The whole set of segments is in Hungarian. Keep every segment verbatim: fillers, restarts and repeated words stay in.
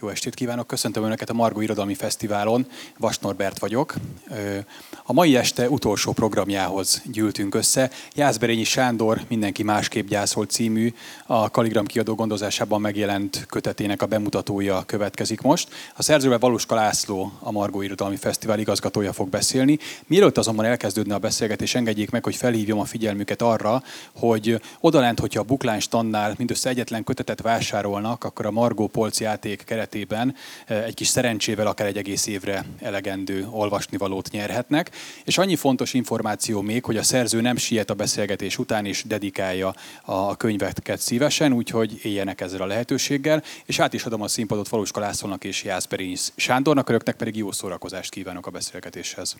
Jó estét kívánok! Köszöntöm Önöket a Margó Irodalmi Fesztiválon. Vas Norbert vagyok. A mai este utolsó programjához gyűltünk össze. Jászberényi Sándor Mindenki másképp gyászol című, a Kaligram kiadó gondozásában megjelent kötetének a bemutatója következik most. A szerzővel Valuska László, a Margó Irodalmi Fesztivál igazgatója fog beszélni. Mielőtt azonban elkezdődne a beszélgetés, engedjék meg, hogy felhívjam a figyelmüket arra, hogy odalent, hogyha a Buklán standnál mindössze egyetlen kötetet vásárolnak, akkor a Margó polc játék keretében egy kis szerencsével akár egy egész évre elegendő olvasnivalót nyerhetnek. És annyi fontos információ még, hogy a szerző nem siet a beszélgetés után, és dedikálja a könyveket szívesen, úgyhogy éljenek ezzel a lehetőséggel. És át is adom a színpadot Valuska Lászlónak és Jászberényi Sándornak, önöknek pedig jó szórakozást kívánok a beszélgetéshez.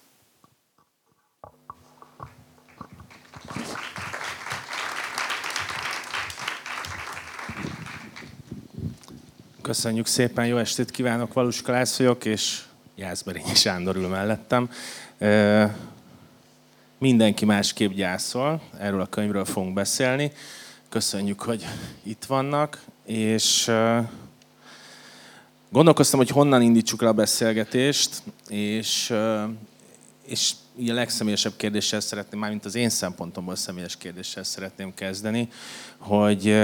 Köszönjük szépen, jó estét kívánok, Valuska László vagyok, és Jászberényi Sándor ül mellettem. Mindenki másképp gyászol, erről a könyvről fogunk beszélni. Köszönjük, hogy itt vannak, és gondolkoztam, hogy honnan indítsuk el a beszélgetést, és, és így a legszemélyesebb kérdéssel szeretném, mármint az én szempontomból személyes kérdéssel szeretném kezdeni, hogy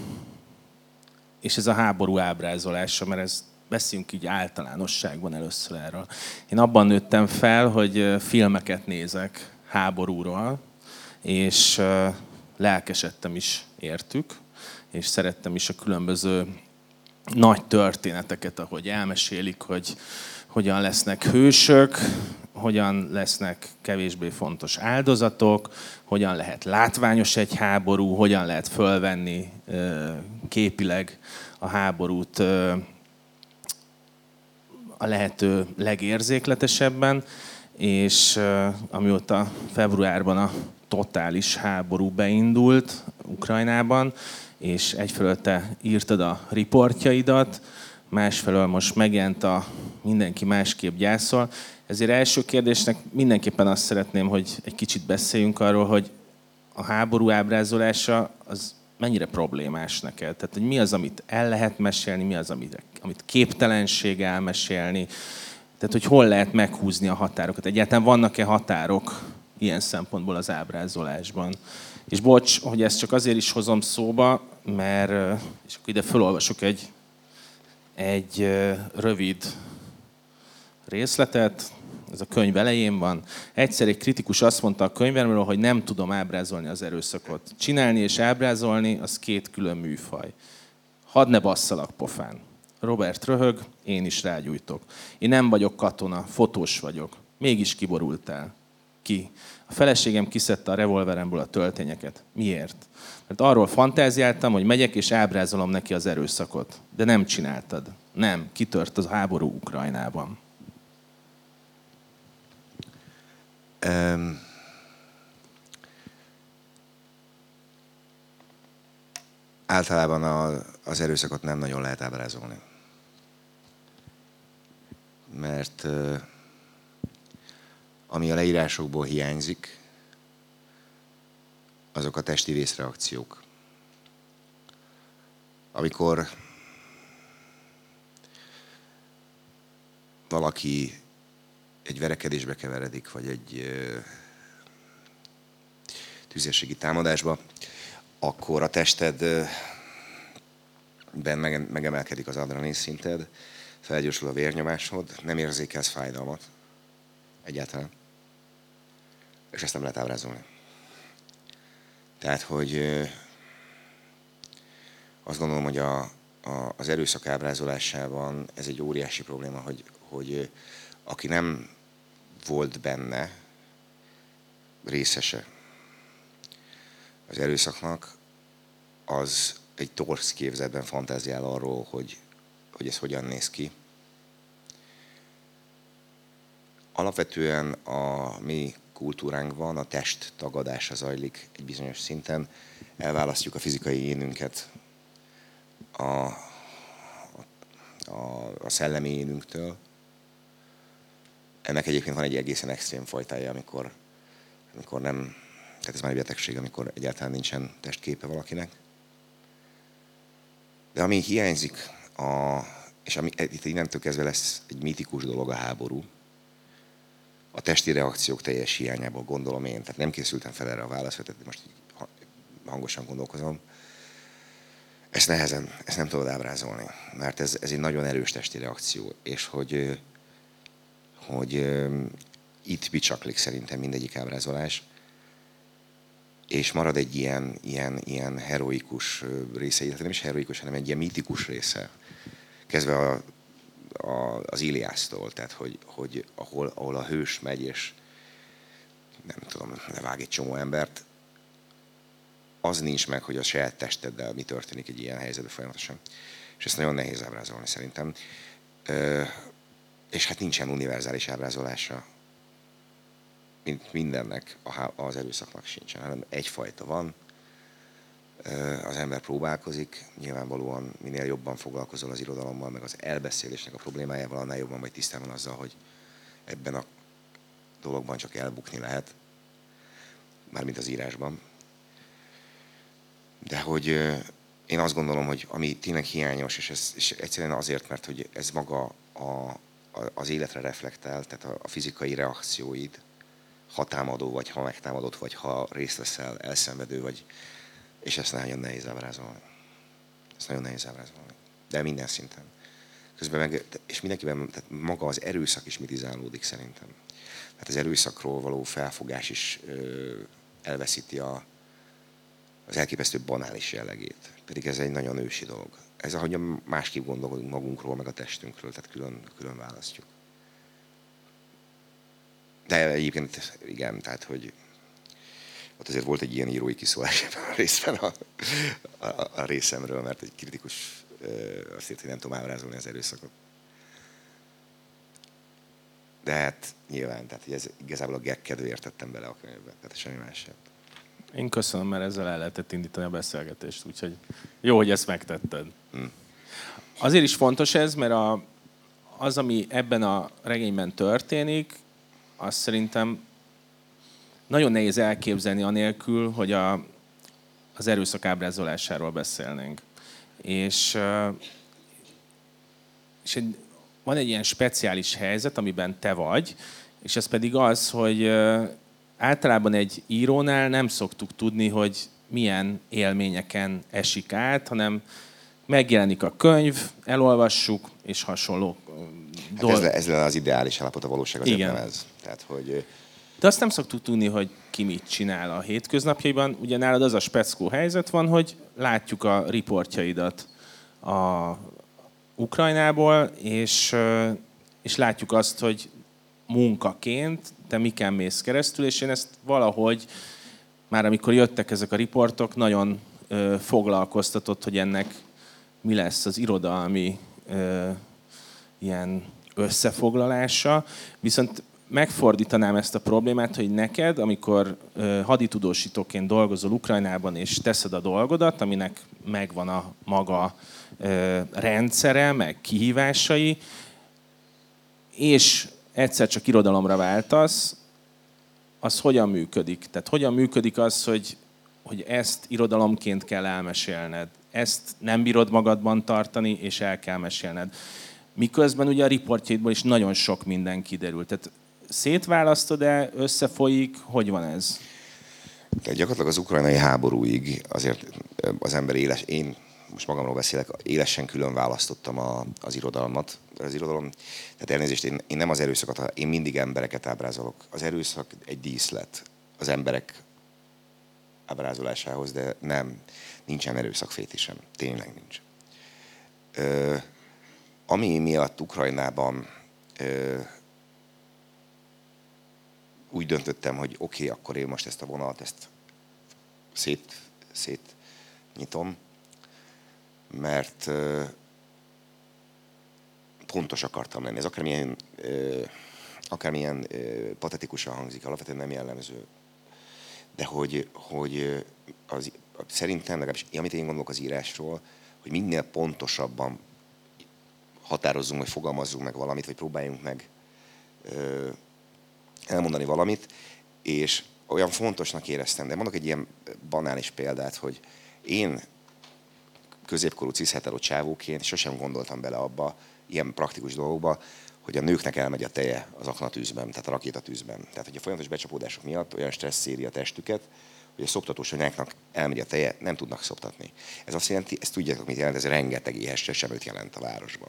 és ez a háború ábrázolása, mert ez beszéljünk így általánosságban először erről. Én abban nőttem fel, hogy filmeket nézek háborúról, és lelkesedtem is értük, és szerettem is a különböző nagy történeteket, ahogy elmesélik, hogy hogyan lesznek hősök, hogyan lesznek kevésbé fontos áldozatok, hogyan lehet látványos egy háború, hogyan lehet fölvenni képileg a háborút a lehető legérzékletesebben, és amióta februárban a totális háború beindult Ukrajnában, és egyfelől te írtad a riportjaidat, másfelől most megjelent a Mindenki másképp gyászol. Ezért első kérdésnek mindenképpen azt szeretném, hogy egy kicsit beszéljünk arról, hogy a háború ábrázolása az mennyire problémás neked? Tehát, hogy mi az, amit el lehet mesélni, mi az, amit, amit képtelenség elmesélni. Tehát, hogy hol lehet meghúzni a határokat. Egyáltalán vannak-e határok ilyen szempontból az ábrázolásban? És bocs, hogy ezt csak azért is hozom szóba, mert, és akkor ide felolvasok egy, egy rövid részletet, ez a könyv elején van. Egyszer egy kritikus azt mondta a könyvemről, hogy nem tudom ábrázolni az erőszakot. Csinálni és ábrázolni, az két külön műfaj. Hadd ne basszalak pofán. Robert röhög, én is rágyújtok. Én nem vagyok katona, fotós vagyok. Mégis kiborultál. Ki? A feleségem kiszedte a revolveremből a töltényeket. Miért? Mert arról fantáziáltam, hogy megyek és ábrázolom neki az erőszakot. De nem csináltad. Nem, kitört az háború Ukrajnában. Um, általában a, az erőszakot nem nagyon lehet ábrázolni. Mert uh, ami a leírásokból hiányzik, azok a testi vészreakciók. Amikor valaki egy verekedésbe keveredik, vagy egy ö, tüzérségi támadásba, akkor a testedben mege, megemelkedik az adrenalin szinted, felgyorsul a vérnyomásod, nem érzékelsz fájdalmat egyáltalán, és ezt nem lehet ábrázolni. Tehát, hogy ö, azt gondolom, hogy a, a, az erőszak ábrázolásában ez egy óriási probléma, hogy, hogy aki nem volt benne részese az erőszaknak, az egy torz képzetben fantáziál arról, hogy, hogy ez hogyan néz ki. Alapvetően a mi kultúránkban a test tagadása zajlik egy bizonyos szinten. Elválasztjuk a fizikai énünket a, a, a szellemi énünktől. Ennek egyébként van egy egészen extrém fajtája, amikor, amikor nem, tehát ez már egy betegség, amikor egyáltalán nincsen testképe valakinek. De ami hiányzik a és ami, itt innentől kezdve lesz egy mitikus dolog a háború, a testi reakciók teljes hiányából gondolom én, tehát nem készültem fel erre a válaszra, tehát most hangosan gondolkozom. Ezt nehezen, ezt nem tudod ábrázolni, mert ez, ez egy nagyon erős testi reakció, és hogy, hogy itt bicsaklik szerintem mindegyik ábrázolás, és marad egy ilyen, ilyen, ilyen heroikus része, illetve nem is heroikus, hanem egy ilyen mítikus része, kezdve a, a, az Iliásztól, tehát hogy, hogy ahol, ahol a hős megy, és nem tudom, levág egy csomó embert, az nincs meg, hogy a saját testeddel mi történik egy ilyen helyzetben folyamatosan. És ezt nagyon nehéz ábrázolni szerintem. Ö, és hát nincsen univerzális ábrázolása, mint mindennek, az erőszaknak sincsen, hanem egyfajta van. Az ember próbálkozik, nyilvánvalóan minél jobban foglalkozol az irodalommal, meg az elbeszélésnek a problémájával, annál jobban vagy tisztában azzal, hogy ebben a dologban csak elbukni lehet, mármint az írásban. De hogy én azt gondolom, hogy ami tényleg hiányos, és, ez, és egyszerűen azért, mert hogy ez maga a, a, az életre reflektál, tehát a, a fizikai reakcióid, ha támadó vagy, ha megtámadott vagy, ha részt veszel, elszenvedő vagy, és ezt nagyon nehéz ábrázolni. Ezt nagyon nehéz ábrázolni. De minden szinten. Közben meg, és mindenkiben, tehát maga az erőszak is mitizálódik szerintem. Tehát az erőszakról való felfogás is ö, elveszíti a, az elképesztő banális jellegét. Pedig ez egy nagyon ősi dolog. Ez ahogyan másképp gondolkodunk magunkról, meg a testünkről, tehát külön, külön választjuk. De egyébként igen, tehát hogy ott azért volt egy ilyen írói kiszólás ebben a részben a, a, a részemről, mert egy kritikus azt írt, hogy nem tudom ábrázolni az erőszakot. De hát nyilván, tehát hogy ez igazából a gag kedvéért tettem bele a könyvbe, tehát semmi más sem. Én köszönöm, mert ezzel el lehetett indítani a beszélgetést, úgyhogy jó, hogy ezt megtetted. Hmm. Azért is fontos ez, mert a, az, ami ebben a regényben történik, azt szerintem nagyon nehéz elképzelni anélkül, hogy a, az erőszak ábrázolásáról beszélnénk. És, és egy, van egy ilyen speciális helyzet, amiben te vagy, és ez pedig az, hogy általában egy írónál nem szoktuk tudni, hogy milyen élményeken esik át, hanem megjelenik a könyv, elolvassuk, és hasonló hát dolgok. Ez, ez lenne az ideális állapot, a valóság azért nem ez. Tehát, hogy... De azt nem szoktuk tudni, hogy ki mit csinál a hétköznapjaiban. Ugye nálad az a speckó helyzet van, hogy látjuk a riportjaidat a Ukrajnából, és, és látjuk azt, hogy munkaként te miken mész keresztül, és én ezt valahogy, már amikor jöttek ezek a riportok, nagyon ö, foglalkoztatott, hogy ennek mi lesz az irodalmi ö, ilyen összefoglalása. Viszont megfordítanám ezt a problémát, hogy neked, amikor ö, haditudósítóként dolgozol Ukrajnában, és teszed a dolgodat, aminek megvan a maga ö, rendszere, meg kihívásai, és egyszer csak irodalomra váltasz, az hogyan működik? Tehát hogyan működik az, hogy, hogy ezt irodalomként kell elmesélned? Ezt nem bírod magadban tartani, és el kell mesélned. Miközben ugye a riportjaidból is nagyon sok minden kiderült. Tehát szétválasztod-e, összefolyik, hogy van ez? Tehát gyakorlatilag az ukrajnai háborúig azért az ember éles, én most magamról beszélek, élesen külön választottam a, az irodalmat. Az irodalom, tehát elnézést, én, én nem az erőszakot, én mindig embereket ábrázolok. Az erőszak egy díszlet az emberek ábrázolásához, de nem, nincsen erőszakfétisem. Tényleg nincs. Ö, ami miatt Ukrajnában ö, úgy döntöttem, hogy oké, okay, akkor én most ezt a vonalat, ezt szét, szét nyitom, mert ö, pontos akartam lenni. Ez akármilyen, ö, akármilyen ö, patetikusan hangzik, alapvetően nem jellemző. De hogy, hogy az, szerintem, legalábbis amit én gondolok az írásról, hogy minél pontosabban határozzunk, vagy fogalmazzunk meg valamit, vagy próbáljunk meg ö, elmondani valamit, és olyan fontosnak éreztem, de mondok egy ilyen banális példát, hogy én középkorú cis-hetero csávóként sosem gondoltam bele abba, ilyen praktikus dolgokba, hogy a nőknek elmegy a teje az aknatűzben, tehát a rakétatűzben. Tehát, hogy a folyamatos becsapódások miatt olyan stressz éri a testüket, hogy a szoptatós anyáknak elmegy a teje, nem tudnak szoptatni. Ez azt jelenti, ezt tudjátok, mit jelent, ez rengeteg éhes semőt jelent a városban.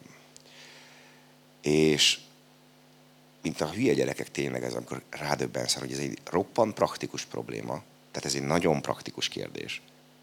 És mint a hülye gyerekek tényleg ez, amikor rádöbbensz, hogy ez egy roppant praktikus probléma, tehát ez egy nagyon praktikus kérdés.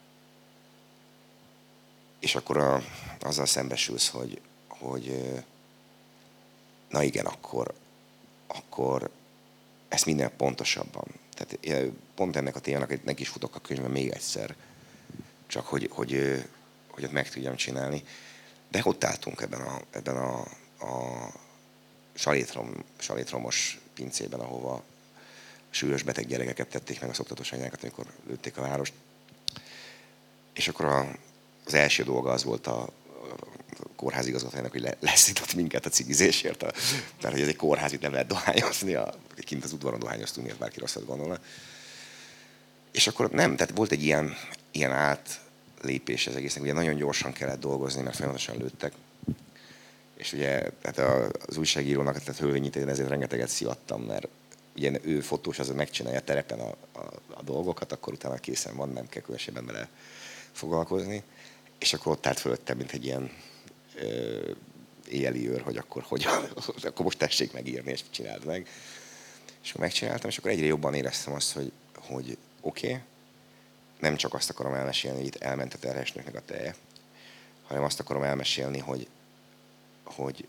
És akkor a, azzal szembesülsz, hogy, hogy na igen, akkor, akkor ezt minden pontosabban. Tehát pont ennek a témának neki is futok a könyvben még egyszer, csak hogy, hogy, hogy ott meg tudjam csinálni. De ott álltunk ebben a, ebben a, a salétrom, salétromos pincében, ahova súlyos beteg gyerekeket tették meg a szoptatós anyákat, amikor lőtték a várost. És akkor a, az első dolga az volt a, a kórházigazgatójának, hogy le, leszított minket a cigizésért, a, mert hogy ez egy kórház, itt nem lehet dohányozni, a, kint az udvaron dohányoztunk, miért bárki rosszat gondolna. És akkor nem, tehát volt egy ilyen, ilyen átlépés az egésznek, ugye nagyon gyorsan kellett dolgozni, mert folyamatosan lőttek. És ugye tehát az újságírónak, tehát Hölvényi ezért rengeteget szivattam, mert ugye ő fotós, az megcsinálja a terepen a, a, a dolgokat, akkor utána készen van, nem kell különösebben vele foglalkozni. És akkor ott állt fölöttem, mint egy ilyen ö, éjjeli őr, hogy akkor hogyan, akkor most tessék megírni, és csináld meg. És akkor megcsináltam, és akkor egyre jobban éreztem azt, hogy, hogy oké, okay, nem csak azt akarom elmesélni, hogy itt elment a terhesnőknek a teje, hanem azt akarom elmesélni, hogy, hogy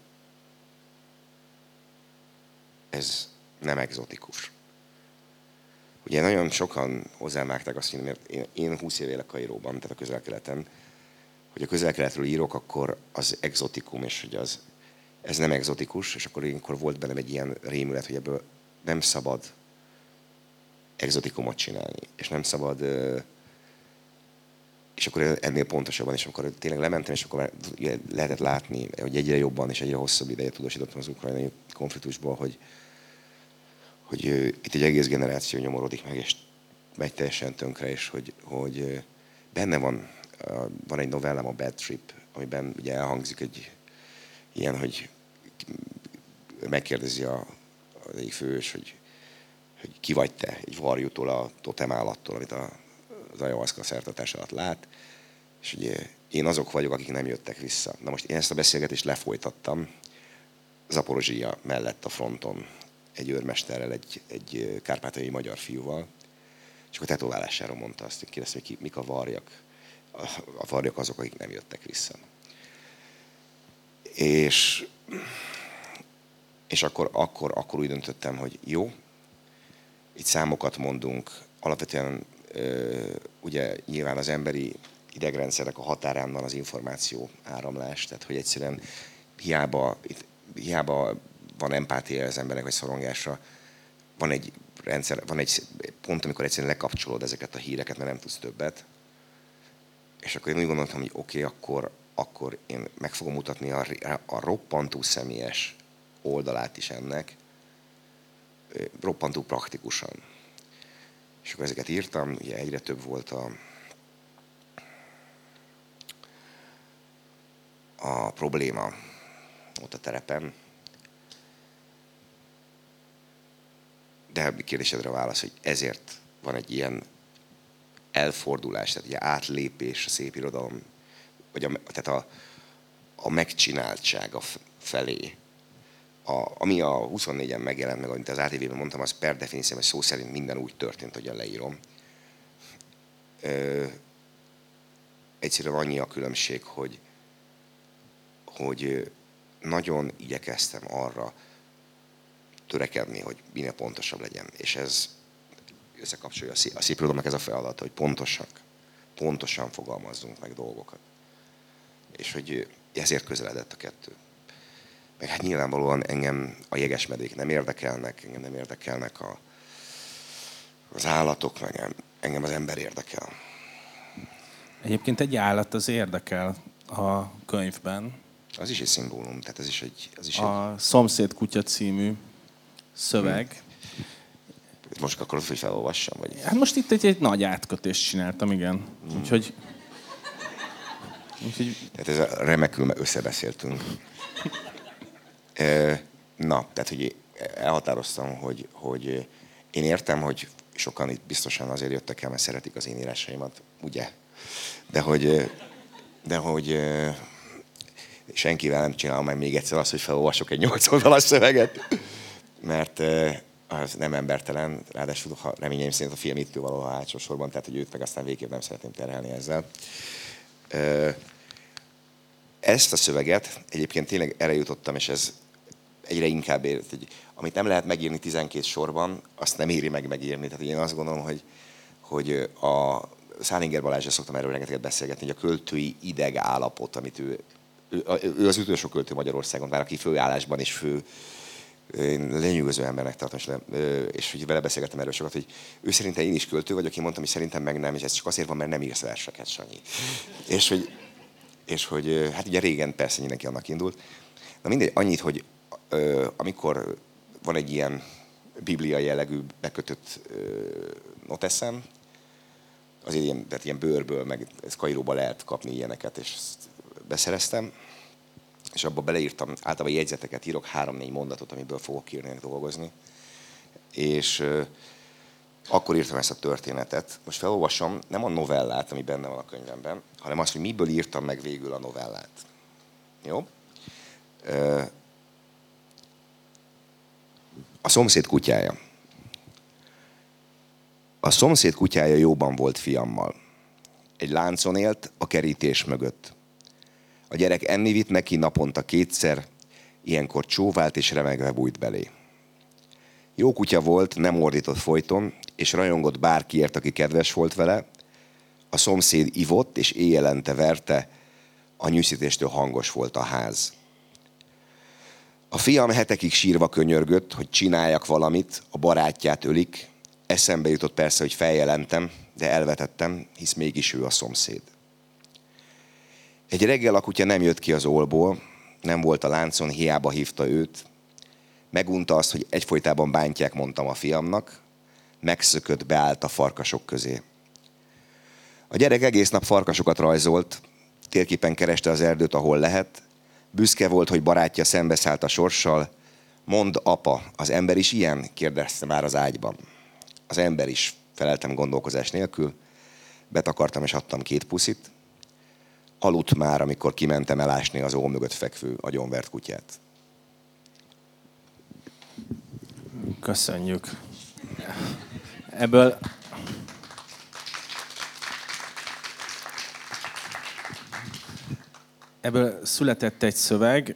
ez nem egzotikus. Ugye nagyon sokan hozzávágták azt, hogy mert én, én húsz év élek Kairóban, tehát a Közel-Keleten, hogy a Közel-Keletről írok, akkor az egzotikum, és hogy az, ez nem egzotikus, és akkor ilyenkor volt bennem egy ilyen rémület, hogy ebből nem szabad egzotikumot csinálni, és nem szabad, és akkor ennél pontosabban, és amikor tényleg lementem, és akkor lehetett látni, hogy egyre jobban és egyre hosszabb ideje tudósítottam az ukrajnai konfliktusból, hogy, hogy itt egy egész generáció nyomorodik meg, és megy teljesen tönkre, és hogy, hogy benne van, van egy novellám, a Bad Trip, amiben ugye elhangzik egy ilyen, hogy megkérdezi a, az egyik főhős, hogy, hogy ki vagy te, egy varjútól, a totem állattól, amit a, az ayahuasca szertartás alatt lát, és ugye én azok vagyok, akik nem jöttek vissza. Na most én ezt a beszélgetést lefolytattam Zaporozsija mellett a fronton, egy őrmesterrel, egy, egy kárpátaljai magyar fiúval, és akkor tetoválásáról mondta azt, hogy kérdezte, hogy mik a varjak. A, a varjak azok, akik nem jöttek vissza. És, és akkor, akkor, akkor úgy döntöttem, hogy jó, itt számokat mondunk, alapvetően ö, ugye nyilván az emberi idegrendszerek a határán van az információ áramlás, tehát hogy egyszerűen hiába, itt, hiába van empátia az emberek, vagy szorongásra, van egy rendszer, van egy pont, amikor egyszerűen lekapcsolod ezeket a híreket, mert nem tudsz többet. És akkor én úgy gondoltam, hogy oké, okay, akkor, akkor én meg fogom mutatni a, a roppantó személyes oldalát is ennek, roppantó praktikusan. És akkor ezeket írtam, ugye egyre több volt a, a probléma ott a terepen. De a kérdésedre a válasz, hogy ezért van egy ilyen elfordulás, tehát egy átlépés a szép irodalom, vagy a, tehát a, a megcsináltsága felé. A, ami a huszonnégyen megjelent meg, amit az á té vében mondtam, az per definíció, hogy szó szerint minden úgy történt, hogy leírom. Ö, egyszerűen annyi a különbség, hogy, hogy nagyon igyekeztem arra törekedni, hogy minél pontosabb legyen. És ez összekapcsolja a szép irodalomnak ez a feladata, hogy pontosak, pontosan fogalmazzunk meg dolgokat. És hogy ezért közeledett a kettő. Meg hát nyilvánvalóan engem a jegesmedvék nem érdekelnek, engem nem érdekelnek a, az állatok, meg engem az ember érdekel. Egyébként egy állat az érdekel a könyvben. Az is egy szimbólum, tehát ez is egy... Az is a egy... Szomszéd kutya című szöveg. Hmm. Most akarod, hogy felolvassam? Vagy... Hát most itt egy, egy nagy átkötést csináltam, igen. Hmm. Úgyhogy... Úgyhogy... Tehát ez a remekül összebeszéltünk. Na, tehát, hogy elhatároztam, hogy, hogy én értem, hogy sokan itt biztosan azért jöttek el, mert szeretik az én írásaimat, ugye? De hogy, de hogy senkivel nem csinálom meg még egyszer azt, hogy felolvasok egy nyolc oldalas szöveget, mert az nem embertelen, ráadásul ha reményeim szerint a film itt ül valahol a hátsó sorban, tehát hogy őt meg aztán végképp nem szeretném terhelni ezzel. Ezt a szöveget egyébként tényleg erre jutottam, és ez egyre inkább ér, hogy amit nem lehet megírni tizenkét sorban, azt nem éri meg megírni. Tehát én azt gondolom, hogy, hogy a Szálinger Balázsra szoktam erről rengeteget beszélgetni, hogy a költői ideg állapot, amit ő, ő, ő az utolsó költő Magyarországon, már aki főállásban és fő, én lenyűgöző embernek tartom, és hogy vele beszélgettem erről sokat, hogy ő szerintem én is költő vagyok, én mondtam, hogy szerintem meg nem, és ez csak azért van, mert nem írsz verseket, Sanyi. És hogy, és hogy hát ugye régen persze mindenki annak indult. Na mindegy, annyit, hogy amikor van egy ilyen bibliai jellegű bekötött noteszem, azért ilyen, tehát ilyen bőrből, meg ez Kairóba lehet kapni ilyeneket, és ezt beszereztem, és abba beleírtam, általában jegyzeteket írok, három-négy mondatot, amiből fogok írni, dolgozni. És euh, akkor írtam ezt a történetet. Most felolvasom nem a novellát, ami benne van a könyvemben, hanem azt, hogy miből írtam meg végül a novellát. Jó? Euh, a szomszéd kutyája. A szomszéd kutyája jóban volt fiammal. Egy láncon élt a kerítés mögött. A gyerek enni vitt neki naponta kétszer, ilyenkor csóvált és remegve bújt belé. Jó kutya volt, nem ordított folyton, és rajongott bárkiért, aki kedves volt vele. A szomszéd ivott, és éjjelente verte, a nyűszítéstől hangos volt a ház. A fiam hetekig sírva könyörgött, hogy csináljak valamit, a barátját ölik. Eszembe jutott persze, hogy feljelentem, de elvetettem, hisz mégis ő a szomszéd. Egy reggel a kutya nem jött ki az ólból, nem volt a láncon, hiába hívta őt. Megunta azt, hogy egyfolytában bántják, mondtam a fiamnak. Megszökött, beállt a farkasok közé. A gyerek egész nap farkasokat rajzolt, térképen kereste az erdőt, ahol lehet. Büszke volt, hogy barátja szembeszállt a sorssal. Mondd, apa, az ember is ilyen? Kérdezte már az ágyban. Az ember is, feleltem gondolkozás nélkül. Betakartam és adtam két puszit. Aludt már, amikor kimentem elásni az ó mögött fekvő agyonvert kutyát. Köszönjük. Ebből ebből született egy szöveg.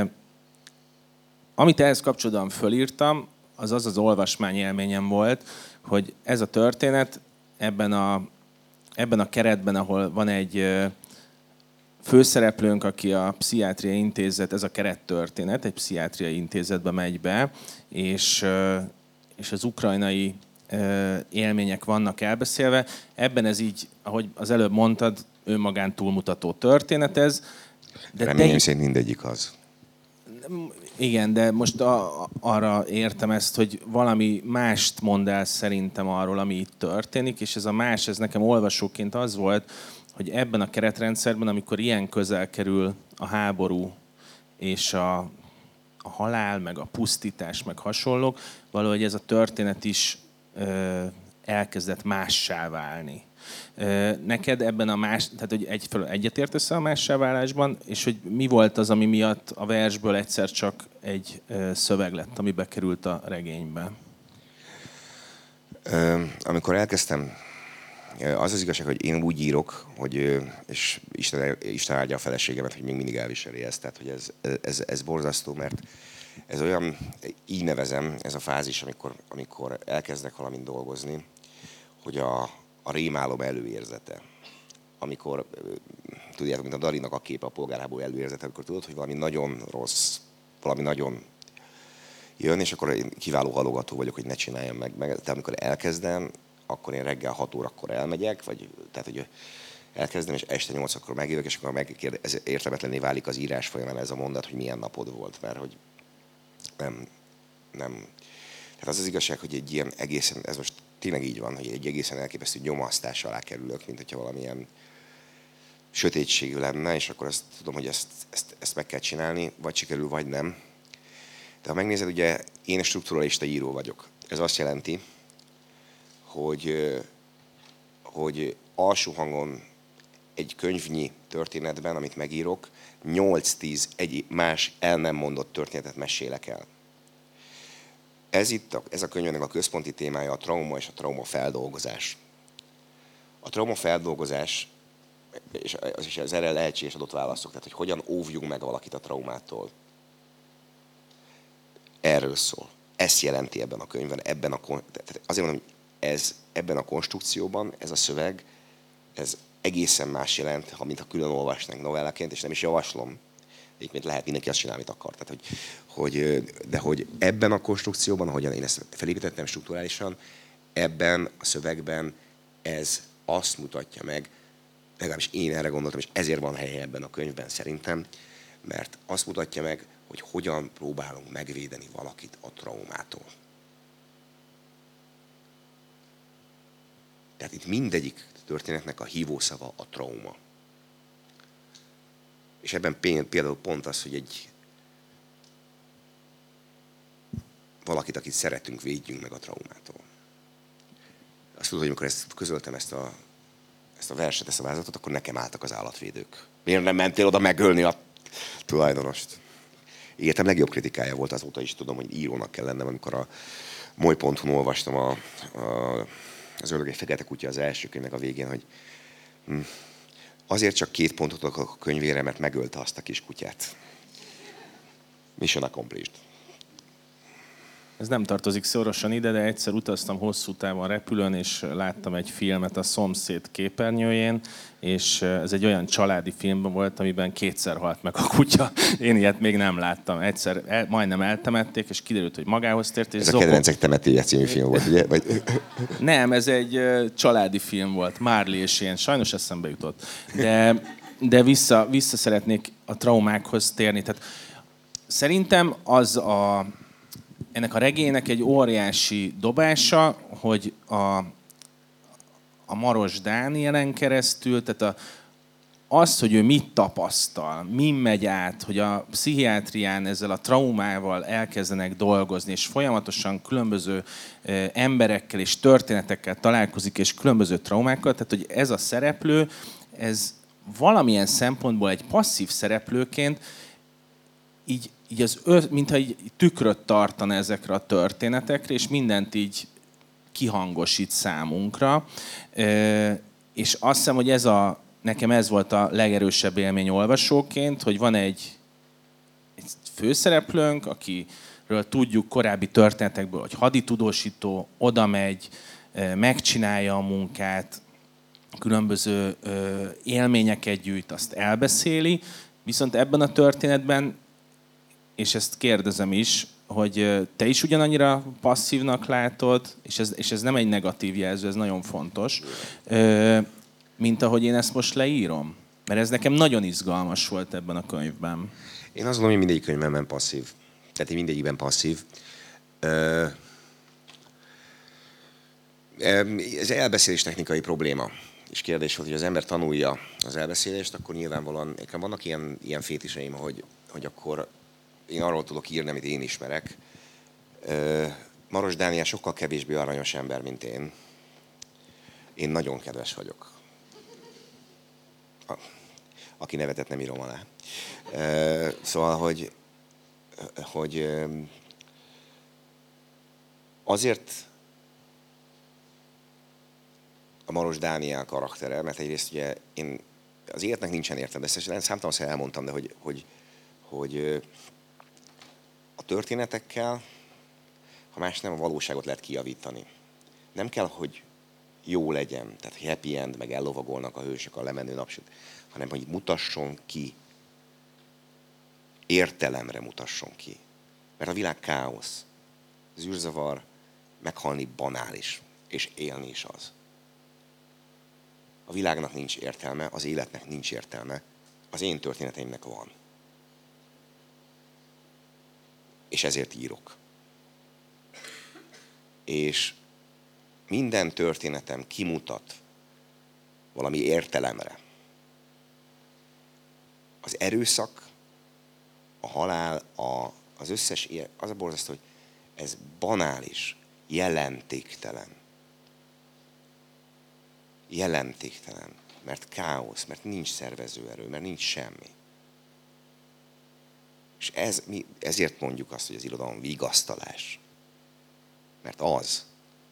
Amit ehhez kapcsolatban fölírtam, az az az olvasmány élményem volt, hogy ez a történet ebben a, ebben a keretben, ahol van egy főszereplőnk, aki a pszichiátriai intézet, ez a kerettörténet, egy pszichiátriai intézetbe megy be, és, és az ukrajnai élmények vannak elbeszélve. Ebben ez így, ahogy az előbb mondtad, önmagán túlmutató történet ez. De reményem te... szerint mindegyik az. Igen, de most a, arra értem ezt, hogy valami mást mond el szerintem arról, ami itt történik, és ez a más, ez nekem olvasóként az volt, hogy ebben a keretrendszerben, amikor ilyen közel kerül a háború és a, a halál, meg a pusztítás, meg hasonlók, valahogy ez a történet is ö, elkezdett mássá válni. Ö, neked ebben a más, tehát hogy egyfelől egyetértesz a mássá válásban, és hogy mi volt az, ami miatt a versből egyszer csak egy ö, szöveg lett, ami bekerült a regénybe? Ö, amikor elkezdtem, az az igazság, hogy én úgy írok, hogy, és Isten, Isten áldja a feleségemet, hogy még mindig elviseli ezt. Tehát, hogy ez, ez, ez borzasztó, mert ez olyan, így nevezem, ez a fázis, amikor, amikor elkezdek valamint dolgozni, hogy a, a rémálom előérzete. Amikor, tudjátok, mint a Dalinak a képe, a polgárháború előérzete, amikor tudod, hogy valami nagyon rossz, valami nagyon jön, és akkor én kiváló halogató vagyok, hogy ne csináljam meg. Tehát amikor elkezdem, akkor én reggel hat órakor elmegyek, vagy tehát, hogy elkezdem, és este nyolckor megjövök, és akkor megkérde, ez értelmetlenné válik az írás folyamán ez a mondat, hogy milyen napod volt, mert hogy nem, nem. Tehát az az igazság, hogy egy ilyen egészen, ez most tényleg így van, hogy egy egészen elképesztő nyomasztás alá kerülök, mint hogyha valamilyen sötétségű lenne, és akkor azt tudom, hogy ezt, ezt, ezt meg kell csinálni, vagy sikerül, vagy nem. De ha megnézed, ugye én strukturalista író vagyok. Ez azt jelenti, hogy, hogy alsó hangon egy könyvnyi történetben, amit megírok, nyolc-tíz egy más el nem mondott történetet mesélek el. Ez itt, a, ez a könyvnek a központi témája a trauma és a trauma feldolgozás. A trauma feldolgozás, és az is az erre lehetséges adott válaszok, tehát hogy hogyan óvjunk meg valakit a traumától. Erről szól. Ezt jelenti ebben a könyvben, ebben a, azért mondom, hogy ez, ebben a konstrukcióban, ez a szöveg, ez egészen más jelent, ha mint ha külön olvasnánk novellaként, és nem is javaslom. Egyébként lehet mindenki azt csinál, amit akar. Tehát, hogy, hogy, de hogy ebben a konstrukcióban, ahogyan én ezt felépítettem strukturálisan, ebben a szövegben ez azt mutatja meg, legalábbis én erre gondoltam, és ezért van helye ebben a könyvben szerintem, mert azt mutatja meg, hogy hogyan próbálunk megvédeni valakit a traumától. Tehát itt mindegyik történetnek a hívószava a trauma. És ebben például pont az, hogy egy valakit, akit szeretünk, védjünk meg a traumától. Azt tudod, hogy amikor ezt közöltem, ezt a, ezt a verset, ezt a vázatot, akkor nekem álltak az állatvédők. Miért nem mentél oda megölni a tulajdonost? Életem legjobb kritikája volt, azóta is tudom, hogy írónak kell lennem, amikor a moly pont hu-n olvastam a, a, az Ördög egy fekete kutya az első könyvnek a végén, hogy hm, azért csak két pontot adok a könyvére, mert megölte azt a kis kutyát. Mission accomplished. Ez nem tartozik szorosan ide, de egyszer utaztam hosszú távon repülőn, és láttam egy filmet a szomszéd képernyőjén, és ez egy olyan családi film volt, amiben kétszer halt meg a kutya. Én ilyet még nem láttam. Egyszer el, majdnem eltemették, és kiderült, hogy magához tért. És ez zokog... a Kedvencek temetője című film volt, ugye? Vagy... Nem, ez egy családi film volt. Marley és én. Sajnos eszembe jutott. De, de vissza, vissza szeretnék a traumákhoz térni. Tehát szerintem az a... ennek a regénynek egy óriási dobása, hogy a, a Maros Dánielen keresztül, tehát a, az, hogy ő mit tapasztal, min megy át, hogy a pszichiátrián ezzel a traumával elkezdenek dolgozni, és folyamatosan különböző e, emberekkel és történetekkel találkozik, és különböző traumákkal, tehát hogy ez a szereplő, ez valamilyen szempontból egy passzív szereplőként így így az, mintha így tükröt tartana ezekre a történetekre, és mindent így kihangosít számunkra. És azt hiszem, hogy ez a, nekem ez volt a legerősebb élmény olvasóként, hogy van egy, egy főszereplőnk, akiről tudjuk korábbi történetekből, hogy haditudósító, oda megy, megcsinálja a munkát, különböző élményeket gyűjt, azt elbeszéli, viszont ebben a történetben, és ezt kérdezem is, hogy te is ugyanannyira passzívnak látod, és ez, és ez nem egy negatív jelző, ez nagyon fontos, mint ahogy én ezt most leírom. Mert ez nekem nagyon izgalmas volt ebben a könyvben. Én azt gondolom, hogy mindegyik könyvemben passzív. Tehát én mindegyikben passzív. Ez elbeszélés technikai probléma. És kérdés volt, hogy az ember tanulja az elbeszélést, akkor nyilvánvalóan vannak ilyen, ilyen fétiseim, hogy, hogy akkor én arról tudok írni, amit én ismerek. Maros Dániel sokkal kevésbé aranyos ember, mint én. Én nagyon kedves vagyok. Aki nevetett, nem írom alá. Szóval, hogy, hogy azért a Maros Dániel karaktere, mert egyrészt ugye én az életnek nincsen értelme, de ezt számtalanszor elmondtam, de hogy, hogy, hogy a történetekkel, ha más nem, a valóságot lehet kijavítani. Nem kell, hogy jó legyen, tehát happy end, meg ellovagolnak a hősök a lemenő napsüt, hanem hogy mutasson ki, értelemre mutasson ki. Mert a világ káosz, zűrzavar, meghalni banális, és élni is az. A világnak nincs értelme, az életnek nincs értelme, az én történeteimnek van. És ezért írok. És minden történetem kimutat valami értelemre. Az erőszak, a halál, a, az összes ilyen, az a borzasztó, hogy ez banális, jelentéktelen. Jelentéktelen, mert káosz, mert nincs szervezőerő, mert nincs semmi. És ez, mi ezért mondjuk azt, hogy az irodalom vigasztalás. Mert az.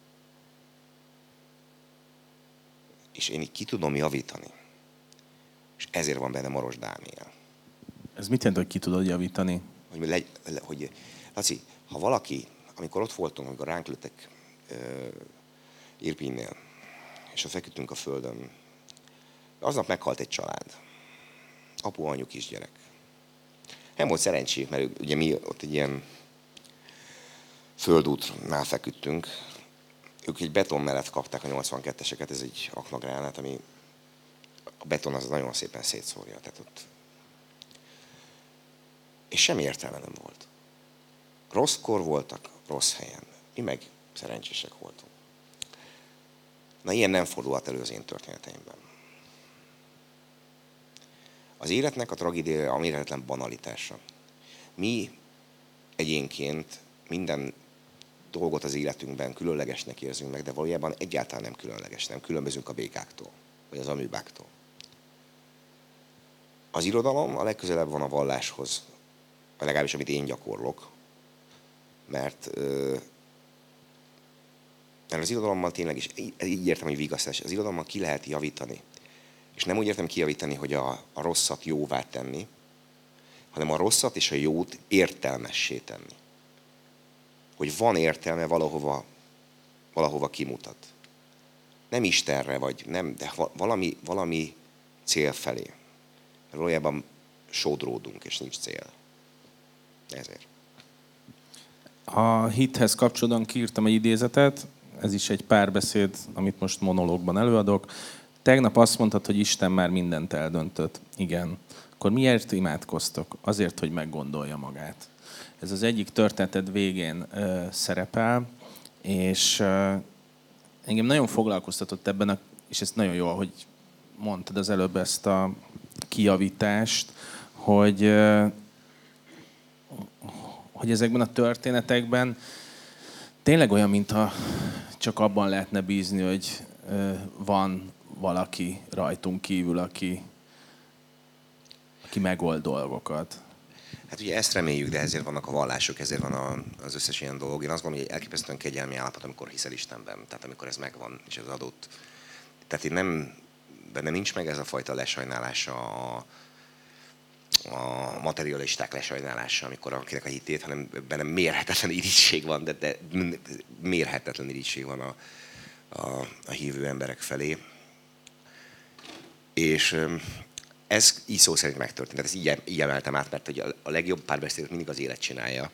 És én így ki tudom javítani. És ezért van benne Maros Dániel. Ez mit jelent, hogy ki tudod javítani? Hogy, legy, hogy Laci, ha valaki, amikor ott voltunk, amikor ránk lőttek uh, Irpinnél, és ott feküdtünk a földön, aznap meghalt egy család. Apu, anyu, kisgyerek. Nem volt szerencséjük, mert ugye mi ott egy ilyen földútnál feküdtünk. Ők egy beton mellett kapták a nyolcvanketteseket, ez egy aknagránát, ami a beton az nagyon szépen szétszórja. Tehát ott... És semmi értelme nem volt. Rosszkor voltak, rossz helyen. Mi meg szerencsések voltunk. Na, ilyen nem fordulhat elő az én történeteimben. Az életnek a tragédiája a mérhetetlen banalitása. Mi egyénként minden dolgot az életünkben különlegesnek érzünk meg, de valójában egyáltalán nem különleges, nem különbözünk a békáktól, vagy az aműbáktól. Az irodalom a legközelebb van a valláshoz, vagy legalábbis amit én gyakorlok, mert, mert az irodalommal tényleg is, így értem, hogy vigasztás, az irodalommal ki lehet javítani. És nem úgy értem kijavítani, hogy a, a rosszat jóvá tenni, hanem a rosszat és a jót értelmessé tenni. Hogy van értelme valahova, valahova kimutat. Nem Istenre, vagy nem, de valami, valami cél felé. Mert valójában sodródunk, és nincs cél. Ezért. A hithez kapcsolódóan kiírtam egy idézetet, ez is egy párbeszéd, amit most monológban előadok. Tegnap azt mondtad, hogy Isten már mindent eldöntött. Igen. Akkor miért imádkoztok? Azért, hogy meggondolja magát. Ez az egyik történeted végén ö, szerepel, és ö, engem nagyon foglalkoztatott ebben, a, és ez nagyon jó, hogy mondtad az előbb ezt a kijavítást, hogy, ö, hogy ezekben a történetekben tényleg olyan, mintha csak abban lehetne bízni, hogy ö, van valaki rajtunk kívül, aki, aki megold dolgokat. Hát ugye ezt reméljük, de ezért vannak a vallások, ezért van a, az összes ilyen dolog. Én azt gondolom, hogy egy elképesztően kegyelmi állapot, amikor hiszel Istenben, tehát amikor ez megvan, és ez adott. Tehát én nem, benne nincs meg ez a fajta lesajnálása, a, a materialisták lesajnálása, amikor akinek a hitét, hanem benne mérhetetlen irigység van, de, de mérhetetlen irigység van a, a, a hívő emberek felé. És ez így szó szerint megtörtént. Tehát ezt így, így emeltem át, mert hogy a legjobb párbeszédet mindig az élet csinálja.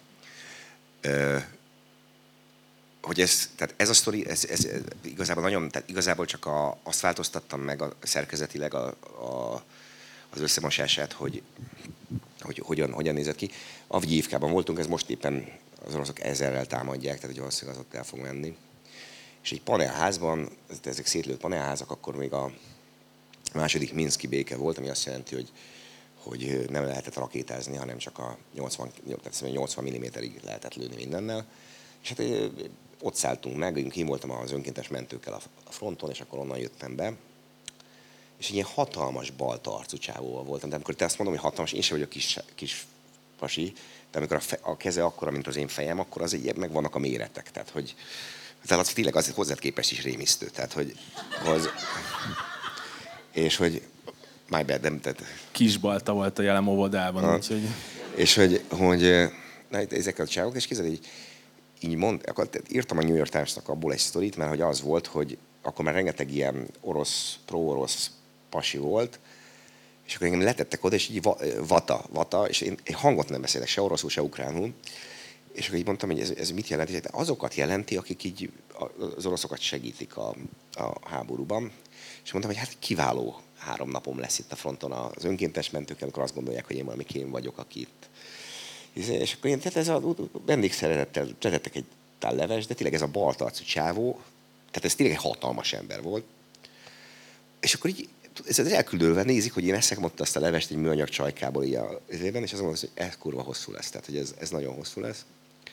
Hogy ez, tehát ez a sztori, ez, ez igazából nagyon, tehát igazából csak a, azt változtattam meg a, szerkezetileg a, a, az összemosását, hogy, hogy hogyan, hogyan nézett ki. Avgyívkában voltunk, ez most éppen az oroszok ezerrel támadják, tehát hogy valószínűleg az ott el fog menni. És egy panelházban, ezek szétlőtt panelházak, akkor még a második minszki béke volt, ami azt jelenti, hogy, hogy nem lehetett rakétázni, hanem csak a nyolcvan, nyolcvan milliméterig lehetett lőni mindennel. És hát ott szálltunk meg, én voltam az önkéntes mentőkkel a fronton, és akkor onnan jöttem be. És egy ilyen hatalmas balta arcú csávóval voltam. De amikor te azt mondom, hogy hatalmas, én sem vagyok kis, kis pasi, de amikor a, fe, a keze akkora, mint az én fejem, akkor az egy, meg vannak a méretek. Tehát, hogy tehát az tényleg az hozzá képest is rémisztő. Tehát, hogy az, és hogy my bad, nem, tehát... Kis balta volt a jelen óvodában, úgyhogy... És hogy, hogy na, ezekkel a csávok, és kézzel így, így mond, akkor írtam a New York Times-nak abból egy sztorit, mert hogy az volt, hogy akkor már rengeteg ilyen orosz, pro-orosz pasi volt, és akkor engem letettek oda, és így vata, vata, és én, én hangot nem beszélek, se oroszul, se ukránul, és akkor így mondtam, hogy ez, ez mit jelent, és azokat jelenti, akik így az oroszokat segítik a, a háborúban, és mondtam, hogy hát kiváló három napom lesz itt a fronton az önkéntes mentőkkel, amikor azt gondolják, hogy én valami kém vagyok, aki itt. És akkor én, tehát ez a vendégszeretettel letettek egy tál leves, de tényleg ez a baltarcú csávó, tehát ez tényleg egy hatalmas ember volt. És akkor így ez az elküldővel nézik, hogy én eszek mondta azt a levest egy műanyag csajkából így a évben, és azt mondom, hogy ez kurva hosszú lesz, tehát hogy ez, ez nagyon hosszú lesz.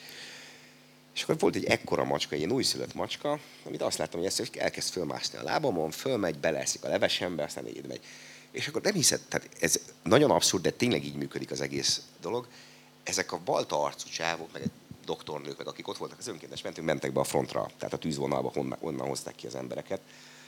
És akkor volt egy ekkora macska, egy ilyen újszülött macska, amit azt láttam, hogy ezt elkezd fölmászni a lábamon, fölmegy, beleeszik a levesembe, aztán így megy. És akkor nem hiszed, tehát ez nagyon abszurd, de tényleg így működik az egész dolog. Ezek a balta arcú csávok, meg egy doktornők, meg akik ott voltak az önkéntes mentők, mentek be a frontra, tehát a tűzvonalba, onnan, onnan hozták ki az embereket.